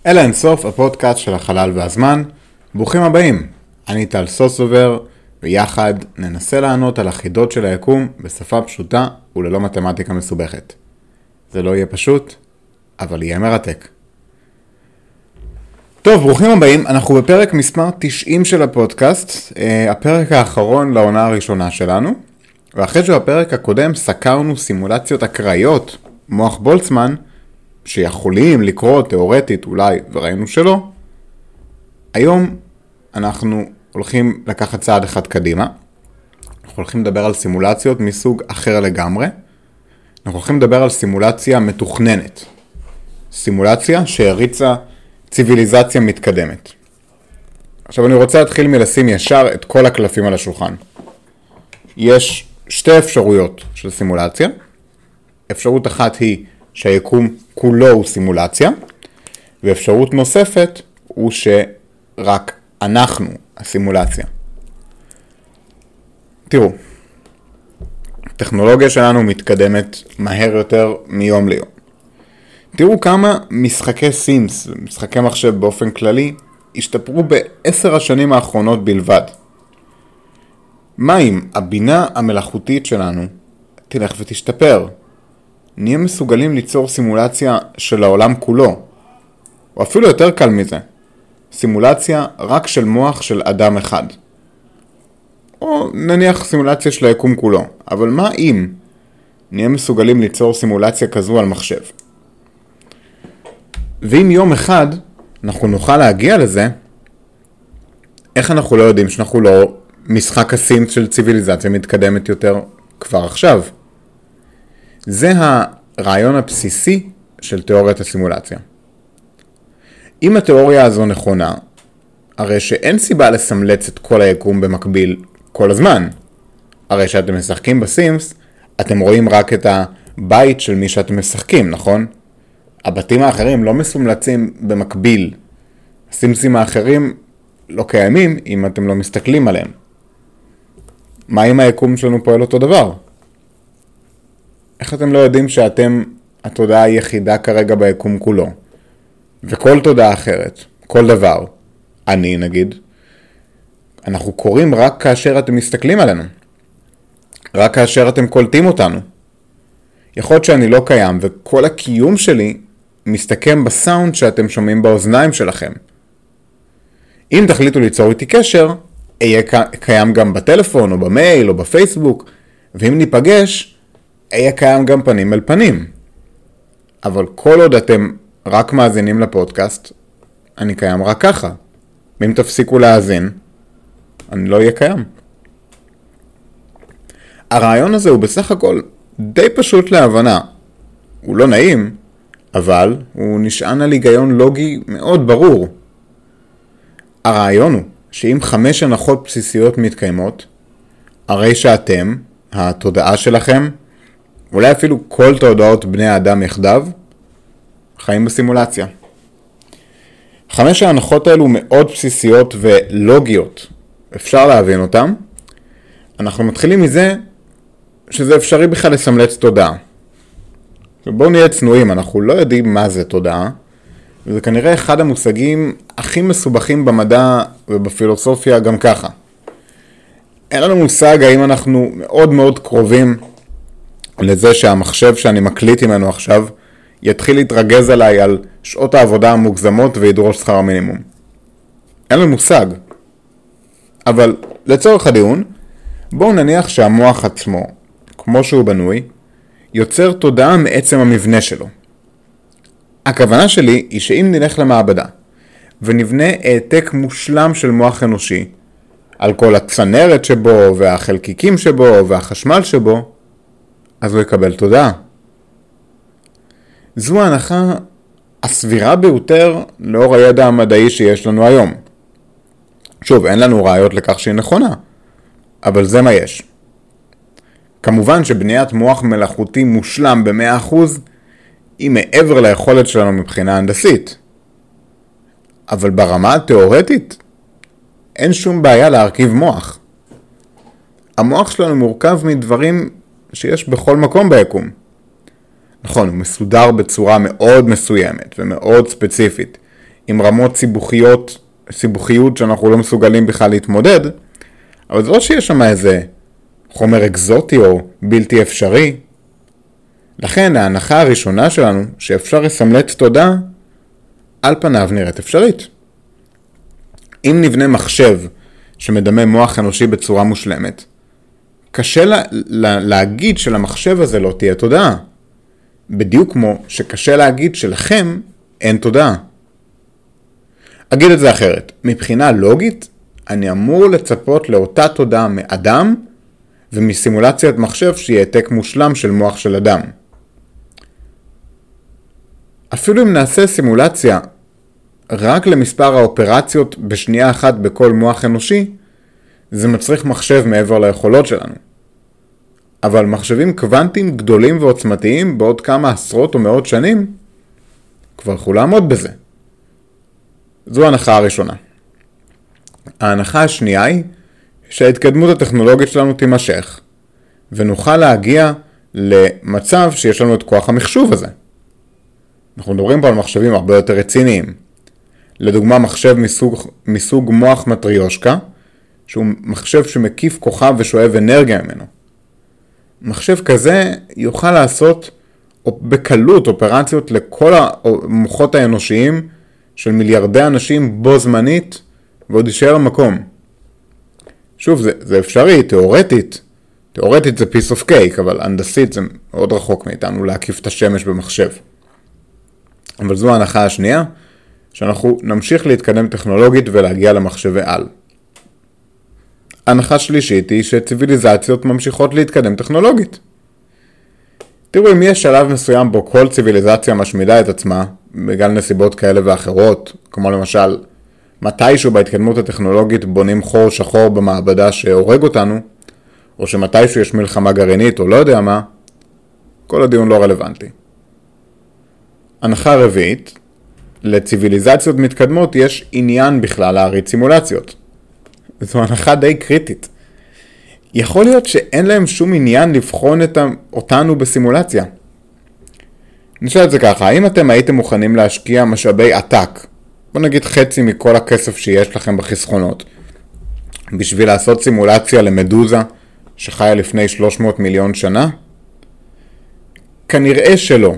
אלה אינסוף, הפודקאסט של החלל והזמן. ברוכים הבאים, אני טל סוסובר, ויחד ננסה לענות על החידות של היקום בשפה פשוטה וללא מתמטיקה מסובכת. זה לא יהיה פשוט, אבל יהיה מרתק. טוב, ברוכים הבאים, אנחנו בפרק מספר 90 של הפודקאסט, הפרק האחרון לעונה הראשונה שלנו, ואחרי שבפרק הקודם סקרנו סימולציות אקראיות, מוח בולצמן, שיכולים לקרות תיאורטית אולי, וראינו שלא. היום אנחנו הולכים לקחת צעד אחד קדימה. אנחנו הולכים לדבר על סימולציות מסוג אחר לגמרי. אנחנו הולכים לדבר על סימולציה מתוכננת. סימולציה שהריצה ציוויליזציה מתקדמת. עכשיו אני רוצה להתחיל מלשים ישר את כל הקלפים על השולחן. יש שתי אפשרויות של סימולציה. אפשרות אחת היא שהיקום כולו הוא סימולציה, ואפשרות נוספת הוא שרק אנחנו הסימולציה. תראו, הטכנולוגיה שלנו מתקדמת מהר יותר מיום ליום. תראו כמה משחקי סימס ומשחקי מחשב באופן כללי השתפרו ב10 השנים האחרונות בלבד. מה אם הבינה המלאכותית שלנו תלך ותשתפר? נהיה מסוגלים ליצור סימולציה של העולם כולו, או אפילו יותר קל מזה, סימולציה רק של מוח של אדם אחד. או נניח סימולציה של היקום כולו, אבל מה אם נהיה מסוגלים ליצור סימולציה כזו על מחשב? ואם יום אחד אנחנו נוכל להגיע לזה, איך אנחנו לא יודעים שאנחנו לא משחק הסימס של ציוויליזציה מתקדמת יותר כבר עכשיו? זה הרעיון הבסיסי של תיאוריית הסימולציה. אם התיאוריה הזו נכונה, הרי שאין סיבה לסמלץ את כל היקום במקביל כל הזמן. הרי שאתם משחקים בסימס, אתם רואים רק את הבית של מי שאתם משחקים, נכון? הבתים האחרים לא מסומלצים במקביל. הסימסים האחרים לא קיימים אם אתם לא מסתכלים עליהם. מה אם היקום שלנו פועל אותו דבר? איך אתם לא יודעים שאתם התודעה היחידה כרגע ביקום כולו? וכל תודעה אחרת, כל דבר, אני נגיד, אנחנו קוראים רק כאשר אתם מסתכלים עלינו. רק כאשר אתם קולטים אותנו. יכול להיות שאני לא קיים וכל הקיום שלי מסתכם בסאונד שאתם שומעים באוזניים שלכם. אם תחליטו ליצור איתי קשר, אהיה קיים גם בטלפון או במייל או בפייסבוק, ואם ניפגש, אהיה קיים גם פנים אל פנים. אבל כל עוד אתם רק מאזינים לפודקאסט, אני קיים רק ככה. ואם תפסיקו להאזין, אני לא אהיה קיים. הרעיון הזה הוא בסך הכל די פשוט להבנה. הוא לא נעים, אבל הוא נשען על היגיון לוגי מאוד ברור. הרעיון הוא שאם 5 הנחות בסיסיות מתקיימות, הרי שאתם, התודעה שלכם, אולי אפילו כל תודעות בני האדם יחדיו, חיים בסימולציה. 5 ההנחות האלו מאוד בסיסיות ולוגיות. אפשר להבין אותן. אנחנו מתחילים מזה שזה אפשרי בכלל לסמלץ תודעה. בואו נהיה צנועים, אנחנו לא יודעים מה זה תודעה, וזה כנראה אחד המושגים הכי מסובכים במדע ובפילוסופיה גם ככה. אין לנו מושג האם אנחנו מאוד מאוד קרובים לזה שהמחשב שאני מקליט ממנו עכשיו יתחיל להתרגז עליי על שעות העבודה המוגזמות וידרוש שכר המינימום. אין לנו מושג. אבל לצורך הדיון, בואו נניח שהמוח עצמו, כמו שהוא בנוי, יוצר תודעה מעצם המבנה שלו. הכוונה שלי היא שאם נלך למעבדה ונבנה העתק מושלם של מוח אנושי, על כל הצנרת שבו והחלקיקים שבו והחשמל שבו, אז הוא יקבל תודעה. זו ההנחה הסבירה ביותר לאור הידע המדעי שיש לנו היום. שוב, אין לנו ראיות לכך שהיא נכונה, אבל זה מה יש. כמובן שבניית מוח מלאכותי מושלם ב100% היא מעבר ליכולת שלנו מבחינה הנדסית. אבל ברמה התיאורטית, אין שום בעיה להרכיב מוח. המוח שלנו מורכב מדברים שיש בכל מקום ביקום. נכון, הוא מסודר בצורה מאוד מסוימת ומאוד ספציפית. עם רמות סיבוכיות שאנחנו לא מסוגלים בכלל להתמודד, אבל זה לא שיש שם איזה חומר אקזוטי או בלתי אפשרי. לכן ההנחה הראשונה שלנו שאפשר לסמלט תודעה על פניו נראית אפשרית. אם נבנה מחשב שמדמה מוח אנושי בצורה מושלמת, קשה להגיד שלמחשב הזה לא תהיה תודעה. בדיוק כמו שקשה להגיד שלכם אין תודעה. אגיד את זה אחרת. מבחינה לוגית, אני אמור לצפות לאותה תודעה מאדם ומסימולציית מחשב שהיא העתק מושלם של מוח של אדם. אפילו אם נעשה סימולציה רק למספר האופרציות בשנייה אחת בכל מוח אנושי, זה מצריך מחשב מעבר ליכולות שלנו. אבל מחשבים קוונטיים גדולים ועוצמתיים בעוד כמה עשרות או מאות שנים, כבר יכולו לעמוד בזה. זו ההנחה הראשונה. ההנחה השנייה היא שההתקדמות הטכנולוגית שלנו תימשך, ונוכל להגיע למצב שיש לנו את כוח המחשוב הזה. אנחנו מדברים פה על מחשבים הרבה יותר רציניים. לדוגמה, מחשב מסוג מוח מטריושקה, שהוא מחשב שמקיף כוכב ושואב אנרגיה ממנו. מחשב כזה יוכל לעשות בקלות אופרציות לכל המוחות האנושיים של מיליארדי אנשים בו זמנית, ועוד יישאר המקום. שוב, זה אפשרי, תיאורטית. תיאורטית זה piece of cake, אבל הנדסית זה מאוד רחוק מאיתנו להקיף את השמש במחשב. אבל זו ההנחה השנייה, שאנחנו נמשיך להתקדם טכנולוגית ולהגיע למחשבי על. ההנחה שלישית היא שציביליזציות ממשיכות להתקדם טכנולוגית. תראו, אם יש שלב מסוים בו כל ציביליזציה משמידה את עצמה, בגלל נסיבות כאלה ואחרות, כמו למשל, מתישהו בהתקדמות הטכנולוגית בונים חור שחור במעבדה שהורג אותנו, או שמתישהו יש מלחמה גרעינית או לא יודע מה, כל הדיון לא רלוונטי. הנחה רביעית, לציביליזציות מתקדמות יש עניין בכלל להריץ סימולציות. זו הנחה די קריטית. יכול להיות שאין להם שום עניין לבחון אותנו בסימולציה. נשאל את זה ככה, האם אתם הייתם מוכנים להשקיע משאבי עתק, בוא נגיד חצי מכל הכסף שיש לכם בחסכונות, בשביל לעשות סימולציה למדוזה שחיה לפני 300 מיליון שנה? כנראה שלא.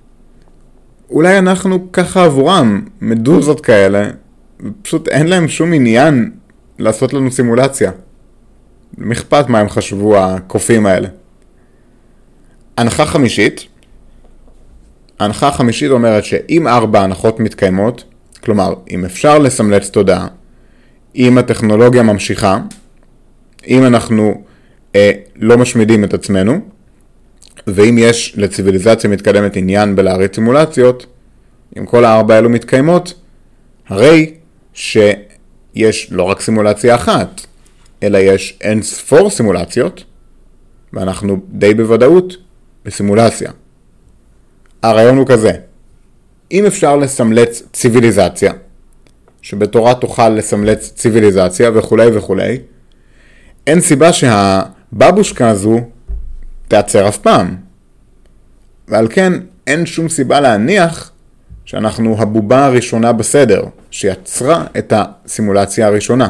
אולי אנחנו ככה עבורם, מדוזות כאלה, פשוט אין להם שום עניין לעשות לנו סימולציה. מכפת מה הם חשבו הקופים האלה. ההנחה החמישית אומרת שאם 4 הנחות מתקיימות, כלומר, אם אפשר לסמלץ תודעה, אם הטכנולוגיה ממשיכה, אם אנחנו לא משמידים את עצמנו, ואם יש לציביליזציה מתקדמת עניין בלהריץ סימולציות, אם כל 4 האלו מתקיימות, הרי שיש לא רק סימולציה אחת, אלא יש אין ספור סימולציות, ואנחנו די בוודאות בסימולציה. הרעיון הוא כזה, אם אפשר לסמלץ ציביליזציה, שבתורה תוכל לסמלץ ציביליזציה וכו' וכו', אין סיבה שהבבושקה הזו תעצר אף פעם. ועל כן אין שום סיבה להניח שאנחנו הבובה הראשונה בסדר, שיצרה את הסימולציה הראשונה.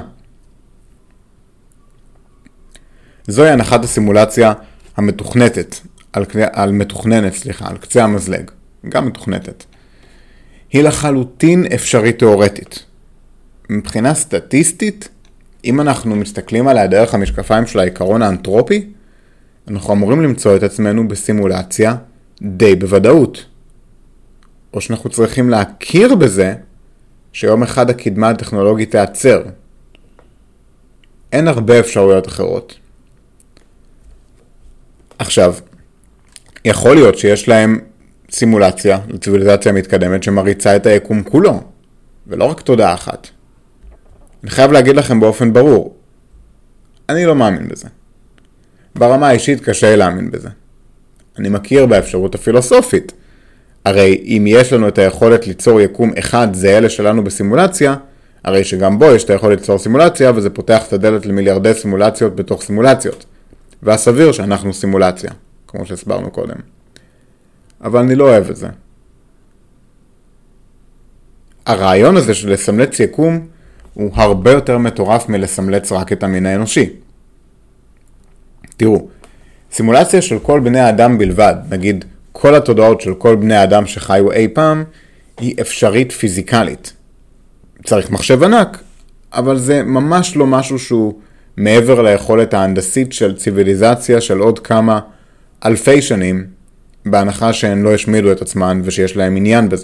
זוהי הנחת הסימולציה המתוכננת, על קצה המזלג, גם מתוכנתת. היא לחלוטין אפשרית תיאורטית. מבחינה סטטיסטית, אם אנחנו מסתכלים עליה דרך המשקפיים של העיקרון האנתרופי, אנחנו אמורים למצוא את עצמנו בסימולציה די בוודאות. או שאנחנו צריכים להכיר בזה שיום אחד הקדמה הטכנולוגית תיעצר. אין הרבה אפשרויות אחרות. עכשיו, יכול להיות שיש להם סימולציה לציביליזציה מתקדמת שמריצה את היקום כולו, ולא רק תודעה אחת. אני חייב להגיד לכם באופן ברור, אני לא מאמין בזה. ברמה האישית קשה להאמין בזה. אני מכיר באפשרות הפילוסופית. הרי אם יש לנו את היכולת ליצור יקום אחד זהה לשלנו בסימולציה, הרי שגם בו יש את היכולת ליצור סימולציה, וזה פותח את הדלת למיליארדי סימולציות בתוך סימולציות. והסביר שאנחנו סימולציה, כמו שהסברנו קודם. אבל אני לא אוהב את זה. הרעיון הזה של לסמלץ יקום הוא הרבה יותר מטורף מלסמלץ רק את המין האנושי. תראו, סימולציה של כל בני האדם בלבד, נגיד כל התודעות של כל בני האדם שחיו אי פעם, היא אפשרית פיזיקלית. צריך מחשב ענק, אבל זה ממש לא משהו שהוא מעבר ליכולת ההנדסית של ציוויליזציה של עוד כמה אלפי שנים, בהנחה שהן לא השמידו את עצמן ושיש להם עניין בזה.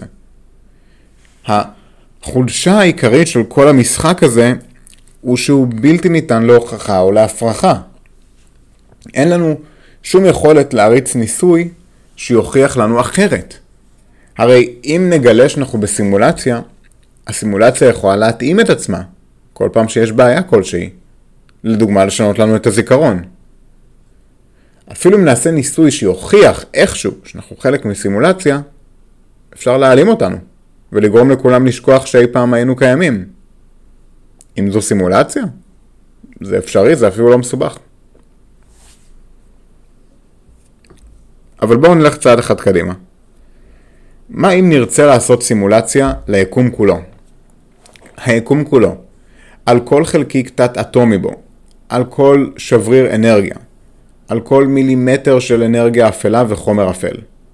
החולשה העיקרית של כל המשחק הזה הוא שהוא בלתי ניתן להוכחה או להפרחה. אין לנו שום יכולת להריץ ניסוי שיוכיח לנו אחרת. הרי אם נגלה שאנחנו בסימולציה, הסימולציה יכולה להתאים את עצמה כל פעם שיש בעיה כלשהי. לדוגמה, לשנות לנו את הזיכרון. אפילו אם נעשה ניסוי שיוכיח איכשהו שאנחנו חלק מסימולציה, אפשר להעלים אותנו ולגרום לכולם לשכוח שאי פעם היינו קיימים. אם זו סימולציה, זה אפשרי, זה אפילו לא מסובך. אבל בואו נלך צעד אחד קדימה. מה אם נרצה לעשות סימולציה ליקום כולו? היקום כולו, על כל חלקיק תת אטומי בו, על כל שבריר אנרגיה, על כל מילימטר של אנרגיה אפלה וחומר אפל.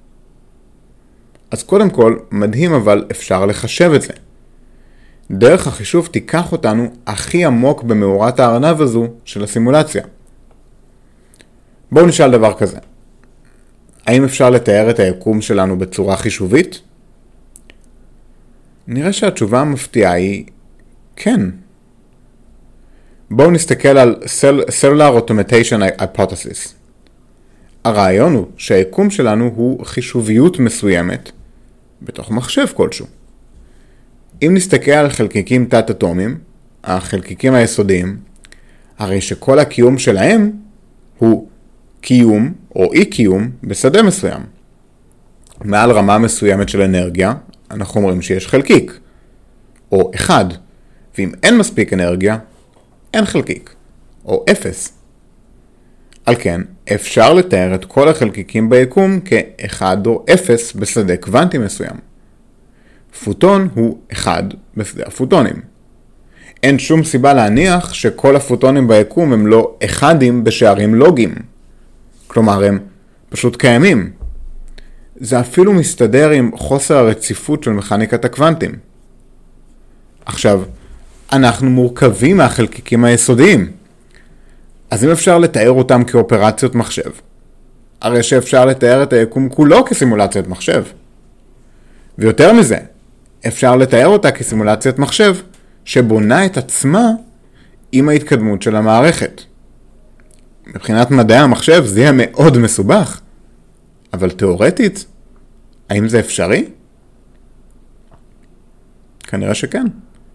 אז קודם כל, מדהים אבל אפשר לחשב את זה. דרך החישוב תיקח אותנו הכי עמוק במאורת הארנב הזו של הסימולציה. בואו נשאל דבר כזה. האם אפשר לתאר את היקום שלנו בצורה חישובית? נראה שהתשובה המפתיעה היא כן. בואו נסתכל על Cellular Automation Hypothesis. הרעיון הוא שהיקום שלנו הוא חישוביות מסוימת בתוך מחשב כלשהו. אם נסתכל על חלקיקים תת-אטומיים, החלקיקים היסודיים, הרי שכל הקיום שלהם הוא קיום או אי קיום בשדה מסוים. מעל רמה מסוימת של אנרגיה, אנחנו אומרים שיש חלקיק, או אחד, ואם אין מספיק אנרגיה, אין חלקיק, או אפס. על כן, אפשר לתאר את כל החלקיקים ביקום כאחד או אפס בשדה קוונטי מסוים. פוטון הוא אחד בשדה הפוטונים. אין שום סיבה להניח שכל הפוטונים ביקום הם לא אחדים בשערים לוגיים. כלומר, הם פשוט קיימים. זה אפילו מסתדר עם חוסר הרציפות של מכניקת הקוונטים. עכשיו, אנחנו מורכבים מהחלקיקים היסודיים. אז אם אפשר לתאר אותם כאופרציות מחשב, הרי שאפשר לתאר את היקום כולו כסימולציית מחשב. ויותר מזה, אפשר לתאר אותה כסימולציית מחשב שבונה את עצמה עם ההתקדמות של המערכת. מבחינת מדעי המחשב זה יהיה מאוד מסובך, אבל תיאורטית, האם זה אפשרי? כנראה שכן.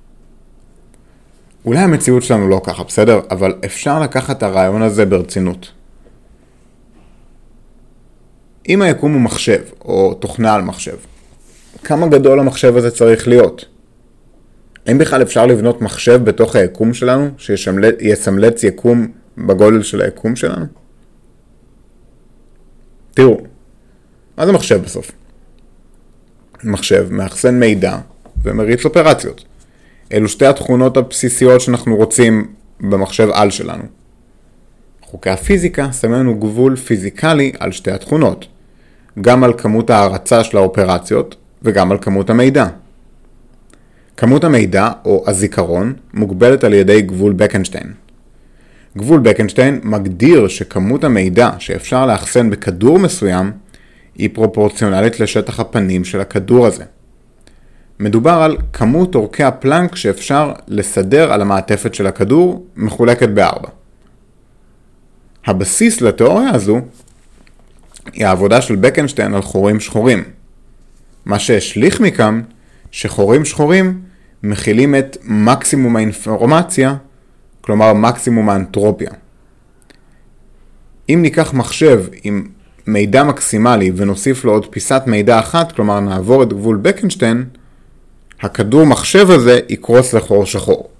אולי המציאות שלנו לא ככה, בסדר? אבל אפשר לקחת את הרעיון הזה ברצינות. אם היקום הוא מחשב, או תוכנה על מחשב, כמה גדול המחשב הזה צריך להיות? האם בכלל אפשר לבנות מחשב בתוך היקום שלנו, שיסמלץ יקום בגודל של היקום שלנו? תראו, מה זה מחשב בסוף? מחשב מאחסן מידע ומריץ אופרציות. אלו שתי התכונות הבסיסיות שאנחנו רוצים במחשב על שלנו. חוקי הפיזיקה שמים לנו גבול פיזיקלי על שתי התכונות, גם על כמות ההרצה של האופרציות וגם על כמות המידע. כמות המידע או הזיכרון מוגבלת על ידי גבול בקנשטיין. גבול בקנשטיין מגדיר שכמות המידע שאפשר לאחסן בכדור מסוים היא פרופורציונלית לשטח הפנים של הכדור הזה. מדובר על כמות אורכי הפלנק שאפשר לסדר על המעטפת של הכדור מחולקת ב4. הבסיס לתיאוריה הזו היא העבודה של בקנשטיין על חורים שחורים. מה שהשליך מכאן שחורים שחורים מכילים את מקסימום האינפורמציה, כלומר מקסימום האנטרופיה. אם ניקח מחשב עם מידע מקסימלי ונוסיף לו עוד פיסת מידע אחת, כלומר נעבור את גבול בקנשטיין, הכדור מחשב הזה יקרוס לחור שחור.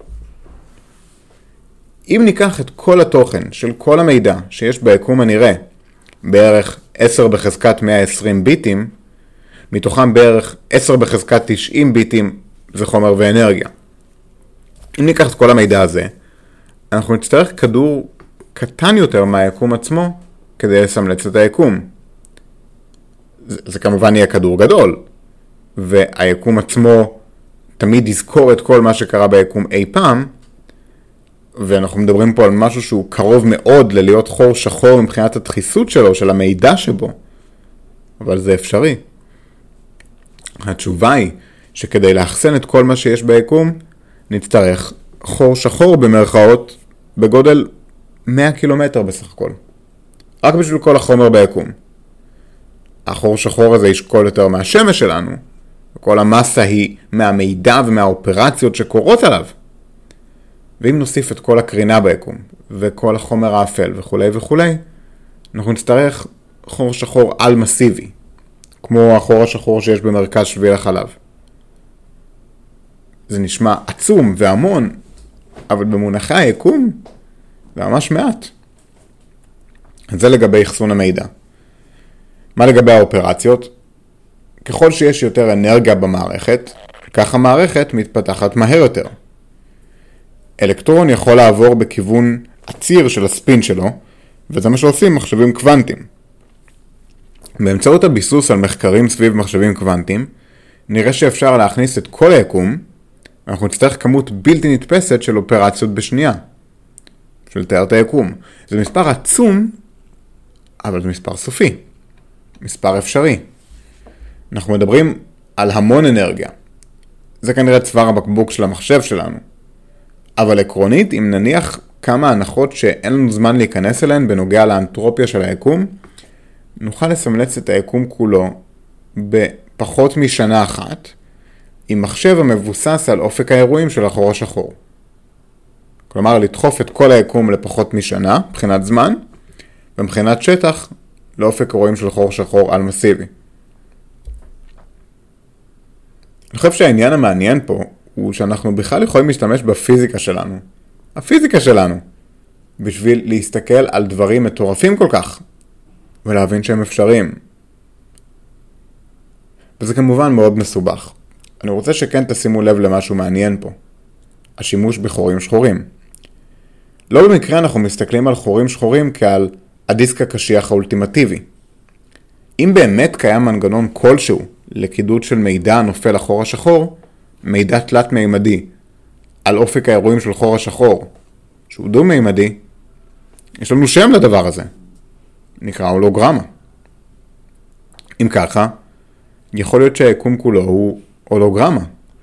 אם ניקח את כל התוכן של כל המידע שיש ביקום הנראה, בערך 10 בחזקת 120 ביטים, מתוכם בערך 10 בחזקת 90 ביטים זה חומר ואנרגיה. אם ניקח את כל המידע הזה, אנחנו נצטרך כדור קטן יותר מהיקום עצמו כדי לסמלץ את היקום. זה כמובן יהיה כדור גדול, והיקום עצמו תמיד יזכור את כל מה שקרה ביקום אי פעם, ואנחנו מדברים פה על משהו שהוא קרוב מאוד ללהיות חור שחור מבחינת הדחיסות שלו, של המידע שבו, אבל זה אפשרי. התשובה היא שכדי לאחסן את כל מה שיש ביקום, נצטרך חור שחור במרכאות בגודל 100 קילומטר בסך הכל. רק בשביל כל החומר ביקום. החור שחור הזה ישקול יותר מהשמש שלנו, וכל המסה היא מהמידע ומהאופרציות שקורות עליו. ואם נוסיף את כל הקרינה ביקום, וכל החומר האפל וכו' וכו', אנחנו נצטרך חור שחור על מסיבי, כמו החור השחור שיש במרכז שביל החלב. זה נשמע עצום והמון, אבל במונחי היקום זה ממש מעט. זה לגבי אחסון המידע. מה לגבי האופרציות? ככל שיש יותר אנרגיה במערכת, כך המערכת מתפתחת מהר יותר. אלקטרון יכול לעבור בכיוון הציר של הספין שלו, וזה מה שעושים מחשבים קוונטיים. באמצעות הביסוס על מחקרים סביב מחשבים קוונטיים, נראה שאפשר להכניס את כל היקום, ואנחנו נצטרך כמות בלתי נתפסת של אופרציות בשנייה, של תאר את היקום. זה מספר עצום, אבל זה מספר סופי, מספר אפשרי. אנחנו מדברים על המון אנרגיה. זה כנראה צוואר הבקבוק של המחשב שלנו. אבל עקרונית, אם נניח כמה הנחות שאין לנו זמן להיכנס אליהן בנוגע לאנטרופיה של היקום, נוכל לסמלץ את היקום כולו בפחות משנה אחת, עם מחשב המבוסס על אופק האירועים של החור השחור. כלומר, לדחוף את כל היקום לפחות משנה, מבחינת זמן, ומבחינת שטח, לאופק אירועים של חור שחור על מסיבי. אני חושב שהעניין המעניין פה, הוא שאנחנו בכלל יכולים להשתמש בפיזיקה שלנו. הפיזיקה שלנו. בשביל להסתכל על דברים מטורפים כל כך, ולהבין שהם אפשריים. וזה כמובן מאוד מסובך. אני רוצה שכן תשימו לב למשהו מעניין פה. השימוש בחורים שחורים. לא במקרה אנחנו מסתכלים על חורים שחורים כעל הדיסק הקשיח האולטימטיבי. אם באמת קיים מנגנון כלשהו לקידוד של מידע נופל לחור השחור, מידע תלת מימדי על אופק האירועים של חור השחור, שהוא דו מימדי, יש לנו שם לדבר הזה. נקרא הולוגרמה. אם ככה, יכול להיות שהיקום כולו הוא הולוגרמה.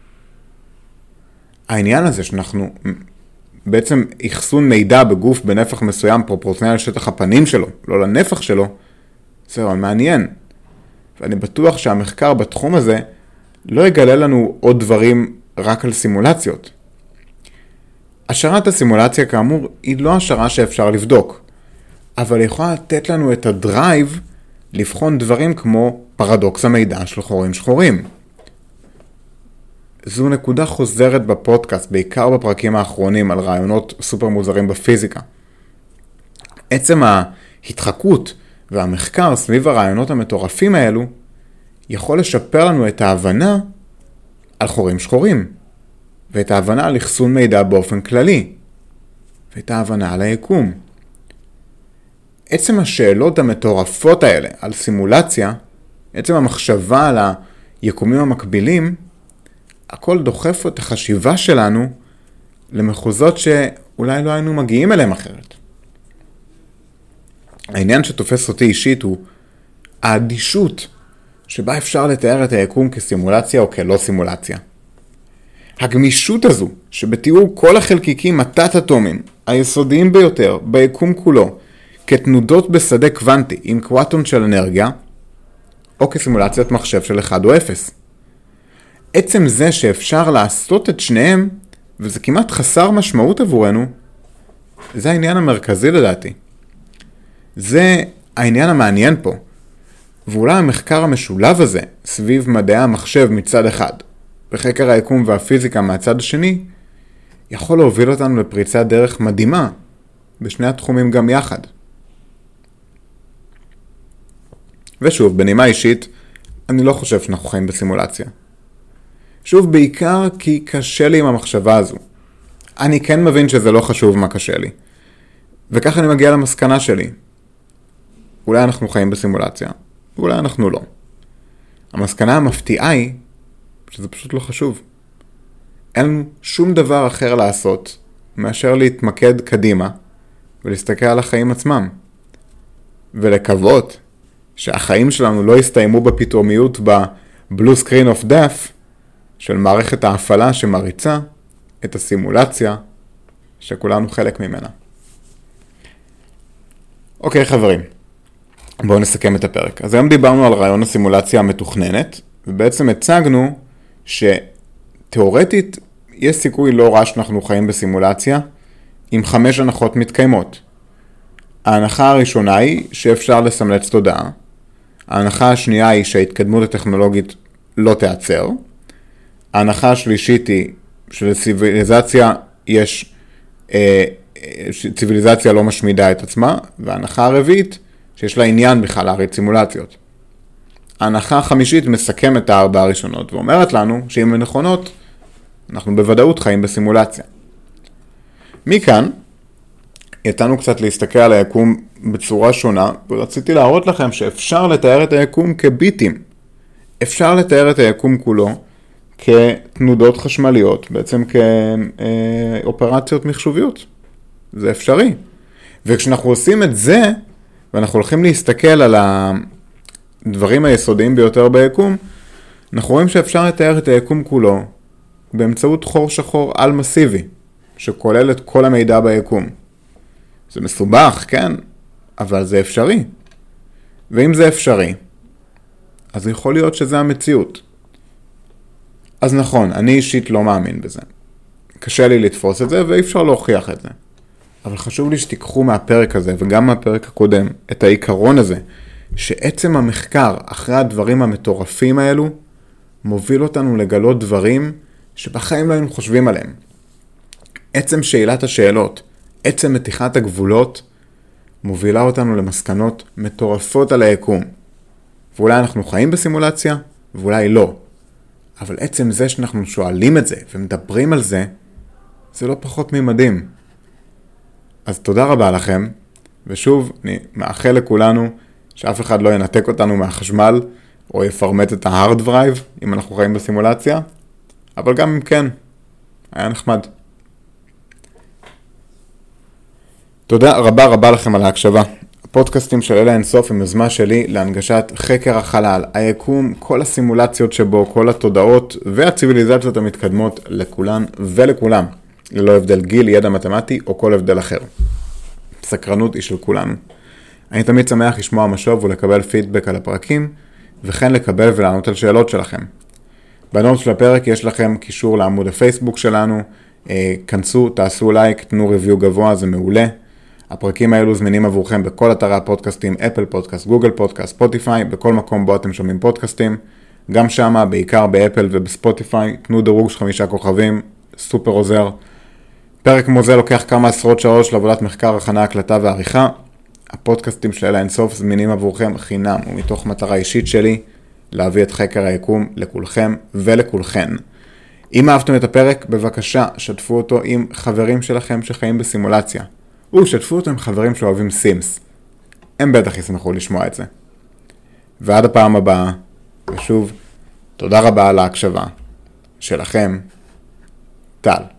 העניין הזה שאנחנו בעצם אחסון מידע בגוף בנפח מסוים פרופורציונל לשטח הפנים שלו, לא לנפח שלו, זה מעניין. ואני בטוח שהמחקר בתחום הזה לא יגלה לנו עוד דברים רק על סימולציות. השערת הסימולציה כאמור היא לא השערה שאפשר לבדוק, אבל היא יכולה לתת לנו את הדרייב לבחון דברים כמו פרדוקס המידע של חורים שחורים. זו נקודה חוזרת בפודקאסט, בעיקר בפרקים האחרונים על רעיונות סופר מוזרים בפיזיקה. עצם ההתחקות והמחקר סביב הרעיונות המטורפים האלו יכול לשפר לנו את ההבנה על חורים שחורים, ואת ההבנה על אחסון מידע באופן כללי, ואת ההבנה על היקום. עצם השאלות המטורפות האלה על סימולציה, עצם המחשבה על היקומים המקבילים, הכל דוחף את החשיבה שלנו למחוזות שאולי לא היינו מגיעים אליהם אחרת. העניין שתופס אותי אישית הוא האדישות שבה אפשר לתאר את היקום כסימולציה או כלא סימולציה. הגמישות הזו שבתיאור כל החלקיקים התת-אטומיים היסודיים ביותר ביקום כולו כתנודות בשדה קוונטי עם קוואטון של אנרגיה או כסימולציית מחשב של 1 או 0. עצם זה שאפשר לעשות את שניהם וזה כמעט חסר משמעות עבורנו, זה העניין המרכזי לדעתי. זה העניין המעניין פה. ואולי המחקר המשולב הזה סביב מדעי המחשב מצד אחד וחקר היקום והפיזיקה מהצד השני יכול להוביל אותנו לפריצת דרך מדהימה בשני התחומים גם יחד. ושוב, בנימה אישית, אני לא חושב שאנחנו חיים בסימולציה. שוב, בעיקר כי קשה לי עם המחשבה הזו. אני כן מבין שזה לא חשוב מה קשה לי. וכך אני מגיע למסקנה שלי. אולי אנחנו חיים בסימולציה, ואולי אנחנו לא. המסקנה המפתיעה היא שזה פשוט לא חשוב. אין לנו שום דבר אחר לעשות מאשר להתמקד קדימה ולהסתכל על החיים עצמם. ולקוות שהחיים שלנו לא יסתיימו בפתאומיות ב-blue screen of death של מערכת ההפעלה שמריצה את הסימולציה שכולנו חלק ממנה. אוקיי חברים, בואו נסכם את הפרק. אז היום דיברנו על רעיון הסימולציה המתוכננת, ובעצם הצגנו שתיאורטית יש סיכוי לא רע שאנחנו חיים בסימולציה עם 5 הנחות מתקיימות. ההנחה הראשונה היא שאפשר לסמלץ תודעה. ההנחה השנייה היא שההתקדמות הטכנולוגית לא תיעצר. ההנחה השלישית היא שלציביליזציה ציביליזציה לא משמידה את עצמה, וההנחה הרביעית שיש לה עניין בכלל להריץ סימולציות. ההנחה החמישית מסכמת את 4 הראשונות ואומרת לנו שאם הן נכונות, אנחנו בוודאות חיים בסימולציה. מכאן, יתנו קצת להסתכל על היקום בצורה שונה, ורציתי להראות לכם שאפשר לתאר את היקום כביטים. אפשר לתאר את היקום כולו כתנודות חשמליות, בעצם כאופרציות מחשוביות. זה אפשרי. וכשאנחנו עושים את זה, ואנחנו הולכים להסתכל על הדברים היסודיים ביותר ביקום, אנחנו רואים שאפשר לתאר את היקום כולו באמצעות חור שחור על מסיבי, שכולל את כל המידע ביקום. זה מסובך, כן, אבל זה אפשרי. ואם זה אפשרי, אז יכול להיות שזה המציאות. אז נכון, אני אישית לא מאמין בזה. קשה לי לתפוס את זה ואי אפשר להוכיח את זה. אבל חשוב לי שתיקחו מהפרק הזה וגם מהפרק הקודם את העיקרון הזה, שעצם המחקר אחרי הדברים המטורפים האלו, מוביל אותנו לגלות דברים שבחיים לא היינו חושבים עליהם. עצם שאלת השאלות, עצם מתיחת הגבולות, מובילה אותנו למסקנות מטורפות על היקום. ואולי אנחנו חיים בסימולציה, ואולי לא. אבל עצם זה שאנחנו שואלים את זה ומדברים על זה, זה לא פחות ממדהים. אז תודה רבה לכם, ושוב, אני מאחל לכולנו שאף אחד לא ינתק אותנו מהחשמל, או יפרמט את ההארד דרייב, אם אנחנו חיים בסימולציה, אבל גם אם כן, היה נחמד. תודה רבה לכם על ההקשבה. הפודקאסטים של אלה אינסוף הם יוזמה שלי להנגשת חקר החלל, היקום, כל הסימולציות שבו, כל התודעות והציביליזציות המתקדמות לכולן ולכולם, ללא הבדל גיל, ידע מתמטי או כל הבדל אחר. סקרנות היא של כולנו. אני תמיד שמח לשמוע משוב ולקבל פידבק על הפרקים, וכן לקבל ולענות על שאלות שלכם. בנוט של הפרק יש לכם קישור לעמוד הפייסבוק שלנו, כנסו, תעשו לייק, תנו ריוויו גבוה, זה מעולה. הפרקים האלו זמינים עבורכם בכל אתרי הפודקאסטים, אפל פודקאסט, גוגל פודקאסט, ספוטיפיי, בכל מקום בו אתם שומעים פודקאסטים. גם שמה, בעיקר באפל ובספוטיפיי, תנו דירוג של 5 כוכבים, סופר עוזר. פרק כמו זה לוקח כמה עשרות שעות של עבודת מחקר, הכנה, הקלטה ועריכה. הפודקאסטים של אלה אינסוף זמינים עבורכם חינם, ומתוך מטרה אישית שלי, להביא את חקר היקום לכולכם ולכולכן. אם אהבתם את הפרק, בבקשה, שתפו אותו עם חברים שלכם שחיים בסימולציה. שתפו אותו עם חברים שאוהבים סימס. הם בטח ישמחו לשמוע את זה. ועד הפעם הבאה, ושוב, תודה רבה על ההקשבה שלכם, טל.